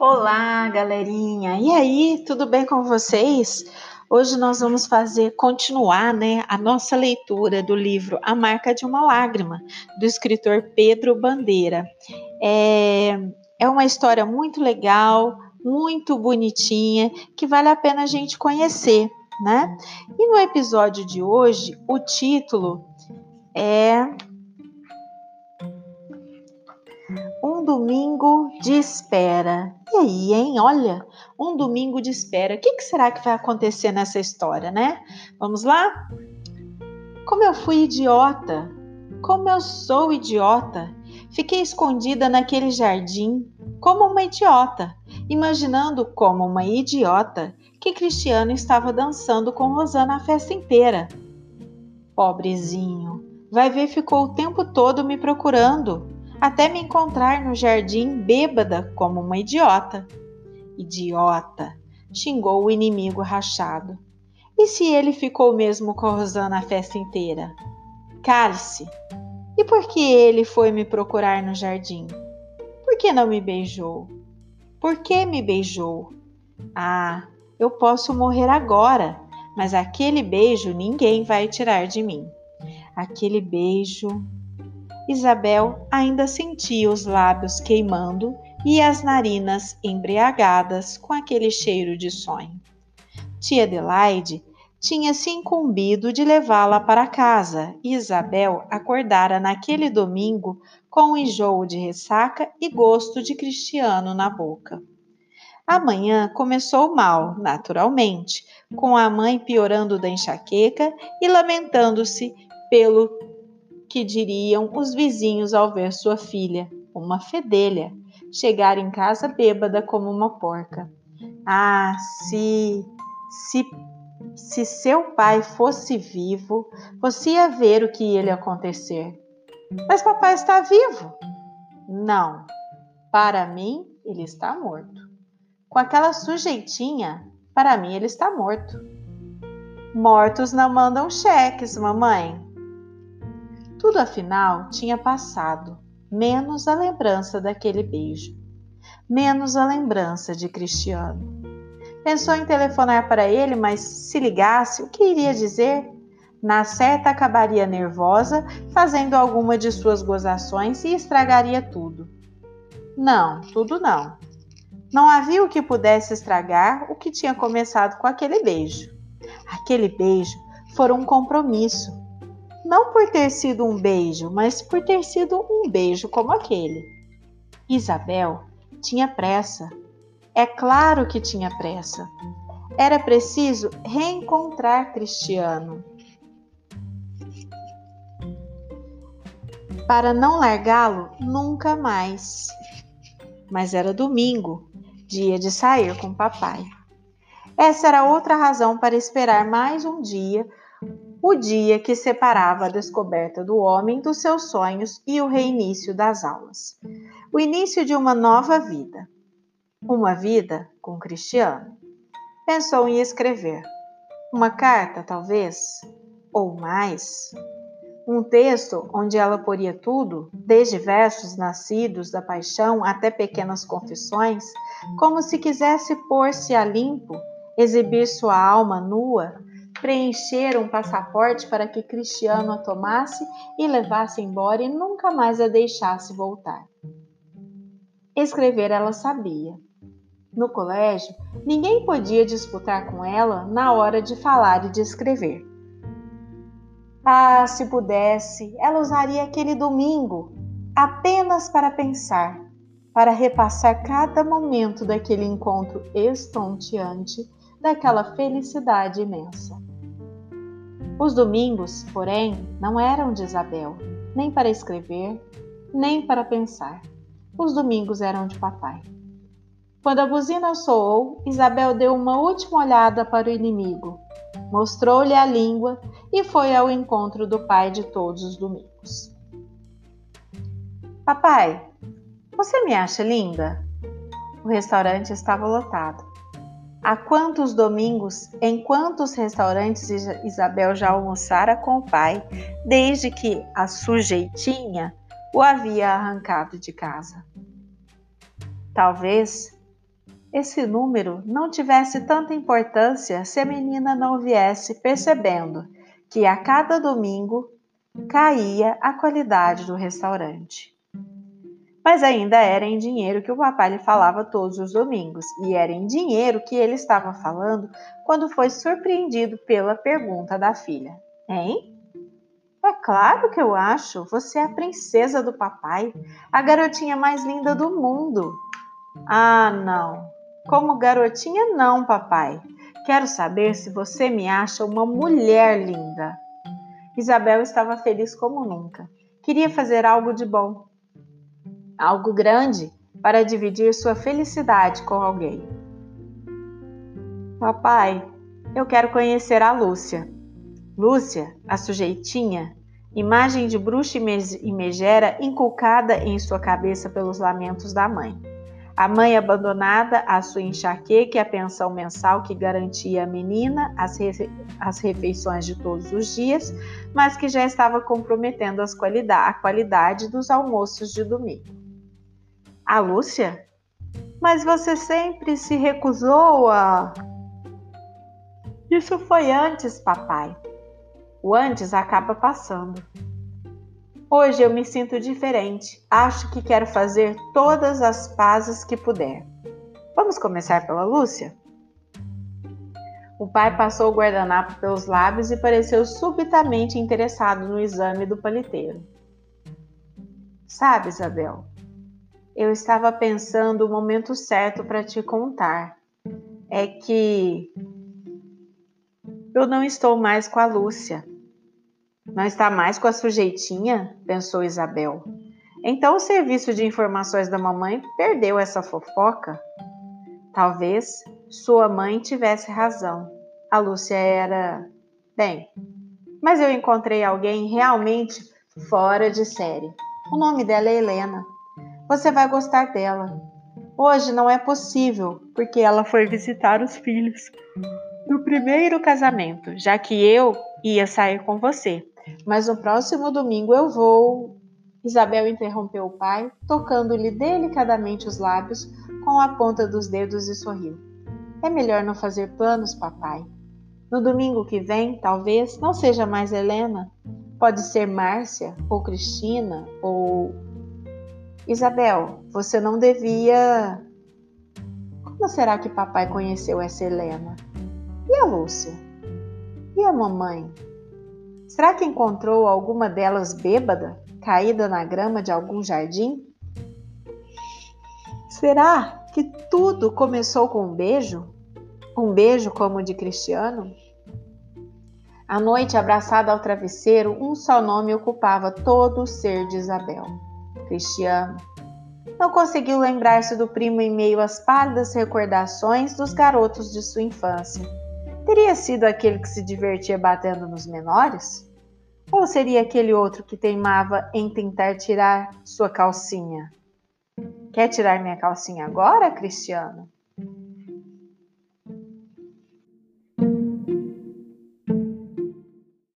Olá, galerinha! E aí, tudo bem com vocês? Hoje nós vamos continuar, a nossa leitura do livro A Marca de uma Lágrima, do escritor Pedro Bandeira. É uma história muito legal, muito bonitinha, que vale a pena a gente conhecer, né? E no episódio de hoje, o título é Um Domingo de Espera. E aí, hein? Olha, um domingo de espera. O que será que vai acontecer nessa história, né? Vamos lá? Como eu fui idiota! Como eu sou idiota! Fiquei escondida naquele jardim, como uma idiota, imaginando como uma idiota que Cristiano estava dançando com Rosana a festa inteira. Pobrezinho, vai ver, ficou o tempo todo me procurando, até me encontrar no jardim bêbada como uma idiota. Idiota, xingou o inimigo rachado. E se ele ficou mesmo com a Rosana a festa inteira? Cale-se! E por que ele foi me procurar no jardim? Por que não me beijou? Por que me beijou? Ah, eu posso morrer agora, mas aquele beijo ninguém vai tirar de mim. Aquele beijo... Isabel ainda sentia os lábios queimando e as narinas embriagadas com aquele cheiro de sonho. Tia Adelaide tinha se incumbido de levá-la para casa e Isabel acordara naquele domingo com um enjoo de ressaca e gosto de Cristiano na boca. A manhã começou mal, naturalmente, com a mãe piorando da enxaqueca e lamentando-se pelo que diriam os vizinhos ao ver sua filha, uma fedelha, chegar em casa bêbada como uma porca. Ah, se seu pai fosse vivo, você ia ver o que ia acontecer. Mas papai está vivo. Não, para mim ele está morto. Com aquela sujeitinha, para mim ele está morto. Mortos não mandam cheques, mamãe. Tudo afinal tinha passado, menos a lembrança daquele beijo, menos a lembrança de Cristiano. Pensou em telefonar para ele, mas se ligasse, o que iria dizer? Na certa acabaria nervosa, fazendo alguma de suas gozações e estragaria tudo. Não, tudo não. Não havia o que pudesse estragar o que tinha começado com aquele beijo. Aquele beijo fora um compromisso. Não por ter sido um beijo, mas por ter sido um beijo como aquele. Isabel tinha pressa. É claro que tinha pressa. Era preciso reencontrar Cristiano para não largá-lo nunca mais. Mas era domingo, dia de sair com papai. Essa era outra razão para esperar mais um dia, o dia que separava a descoberta do homem dos seus sonhos e o reinício das aulas. O início de uma nova vida. Uma vida com Cristiano. Pensou em escrever. Uma carta, talvez? Ou mais? Um texto onde ela poria tudo, desde versos nascidos da paixão até pequenas confissões, como se quisesse pôr-se a limpo, exibir sua alma nua, preencher um passaporte para que Cristiano a tomasse e levasse embora e nunca mais a deixasse voltar. Escrever ela sabia. No colégio, ninguém podia disputar com ela na hora de falar e de escrever. Ah, se pudesse, ela usaria aquele domingo apenas para pensar, para repassar cada momento daquele encontro estonteante, daquela felicidade imensa. Os domingos, porém, não eram de Isabel, nem para escrever, nem para pensar. Os domingos eram de papai. Quando a buzina soou, Isabel deu uma última olhada para o inimigo, mostrou-lhe a língua e foi ao encontro do pai de todos os domingos. Papai, você me acha linda? O restaurante estava lotado. Há quantos domingos, em quantos restaurantes Isabel já almoçara com o pai, desde que a sujeitinha o havia arrancado de casa? Talvez esse número não tivesse tanta importância se a menina não viesse percebendo que a cada domingo caía a qualidade do restaurante. Mas ainda era em dinheiro que o papai lhe falava todos os domingos, e era em dinheiro que ele estava falando quando foi surpreendido pela pergunta da filha. Hein? É claro que eu acho, você é a princesa do papai, a garotinha mais linda do mundo. Ah, não. Como garotinha não, papai. Quero saber se você me acha uma mulher linda. Isabel estava feliz como nunca. Queria fazer algo de bom, algo grande, para dividir sua felicidade com alguém. Papai, eu quero conhecer a Lúcia. Lúcia, a sujeitinha, imagem de bruxa e megera inculcada em sua cabeça pelos lamentos da mãe. A mãe abandonada, a sua enxaqueca e a pensão mensal que garantia à menina as refeições de todos os dias, mas que já estava comprometendo a qualidade dos almoços de domingo. A Lúcia? Mas você sempre se recusou a... Isso foi antes, papai. O antes acaba passando. Hoje eu me sinto diferente. Acho que quero fazer todas as pazes que puder. Vamos começar pela Lúcia? O pai passou o guardanapo pelos lábios e pareceu subitamente interessado no exame do paliteiro. Sabe, Isabel, eu estava pensando o momento certo para te contar. É que eu não estou mais com a Lúcia. Não está mais com a sujeitinha? Pensou Isabel. Então o serviço de informações da mamãe perdeu essa fofoca? Talvez sua mãe tivesse razão. A Lúcia era... Bem, mas eu encontrei alguém realmente fora de série. O nome dela é Helena. Você vai gostar dela. Hoje não é possível, porque ela foi visitar os filhos do primeiro casamento, já que eu ia sair com você. Mas no próximo domingo eu vou... Isabel interrompeu o pai, tocando-lhe delicadamente os lábios com a ponta dos dedos e sorriu. É melhor não fazer planos, papai. No domingo que vem, talvez, não seja mais Helena. Pode ser Márcia, ou Cristina, ou... Isabel, você não devia... Como será que papai conheceu essa Helena? E a Lúcia? E a mamãe? Será que encontrou alguma delas bêbada, caída na grama de algum jardim? Será que tudo começou com um beijo? Um beijo como o de Cristiano? À noite, abraçada ao travesseiro, um só nome ocupava todo o ser de Isabel: Cristiano. Não conseguiu lembrar-se do primo em meio às pálidas recordações dos garotos de sua infância. Teria sido aquele que se divertia batendo nos menores? Ou seria aquele outro que teimava em tentar tirar sua calcinha? Quer tirar minha calcinha agora, Cristiano?